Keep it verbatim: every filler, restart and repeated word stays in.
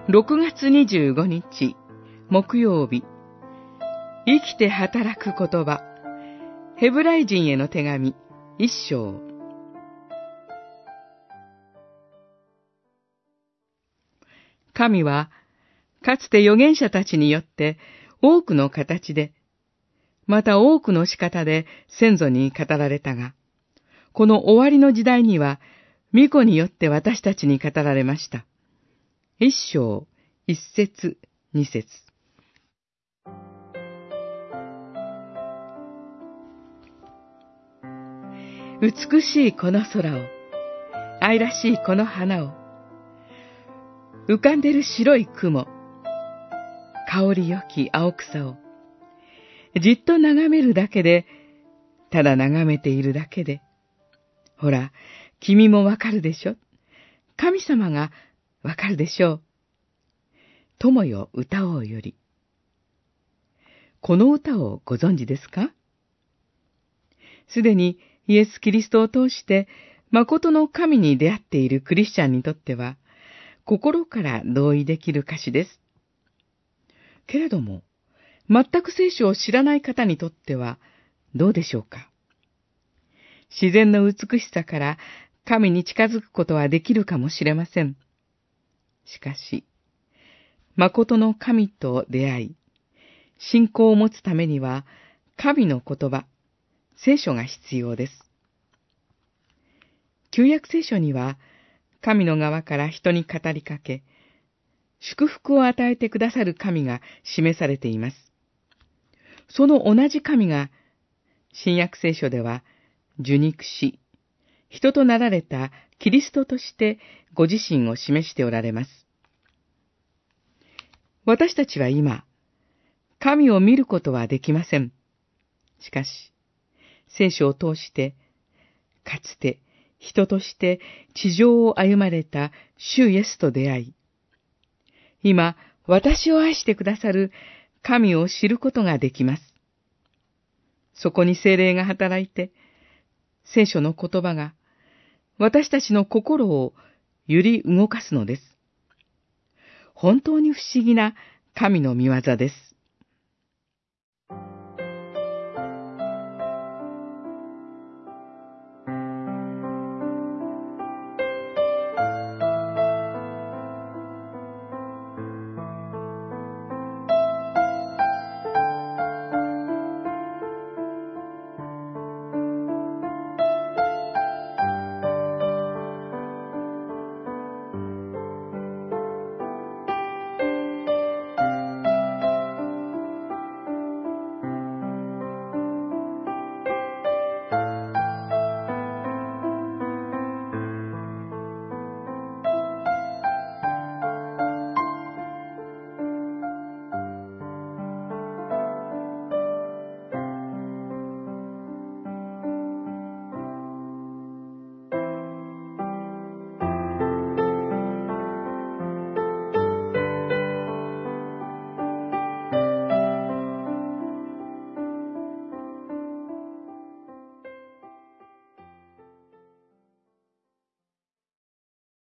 ろくがつにじゅうごにち木曜日、生きて働く言葉、ヘブライ人への手紙一章。神はかつて預言者たちによって多くの形で、また多くの仕方で先祖に語られたが、この終わりの時代には御子によって私たちに語られました。一章、一節、二節。美しいこの空を、愛らしいこの花を、浮かんでる白い雲、香りよき青草を、じっと眺めるだけで、ただ眺めているだけで、ほら、君もわかるでしょ？神様がわかるでしょう。友よ歌おうより。この歌をご存知ですか？すでにイエス・キリストを通して、誠の神に出会っているクリスチャンにとっては、心から同意できる歌詞です。けれども、全く聖書を知らない方にとってはどうでしょうか。自然の美しさから神に近づくことはできるかもしれません。しかし、誠の神と出会い、信仰を持つためには神の言葉、聖書が必要です。旧約聖書には、神の側から人に語りかけ、祝福を与えてくださる神が示されています。その同じ神が、新約聖書では、受肉し、人となられたキリストとしてご自身を示しておられます。私たちは今、神を見ることはできません。しかし、聖書を通して、かつて人として地上を歩まれた主イエスと出会い、今、私を愛してくださる神を知ることができます。そこに聖霊が働いて、聖書の言葉が私たちの心を揺り動かすのです。本当に不思議な神の御業です。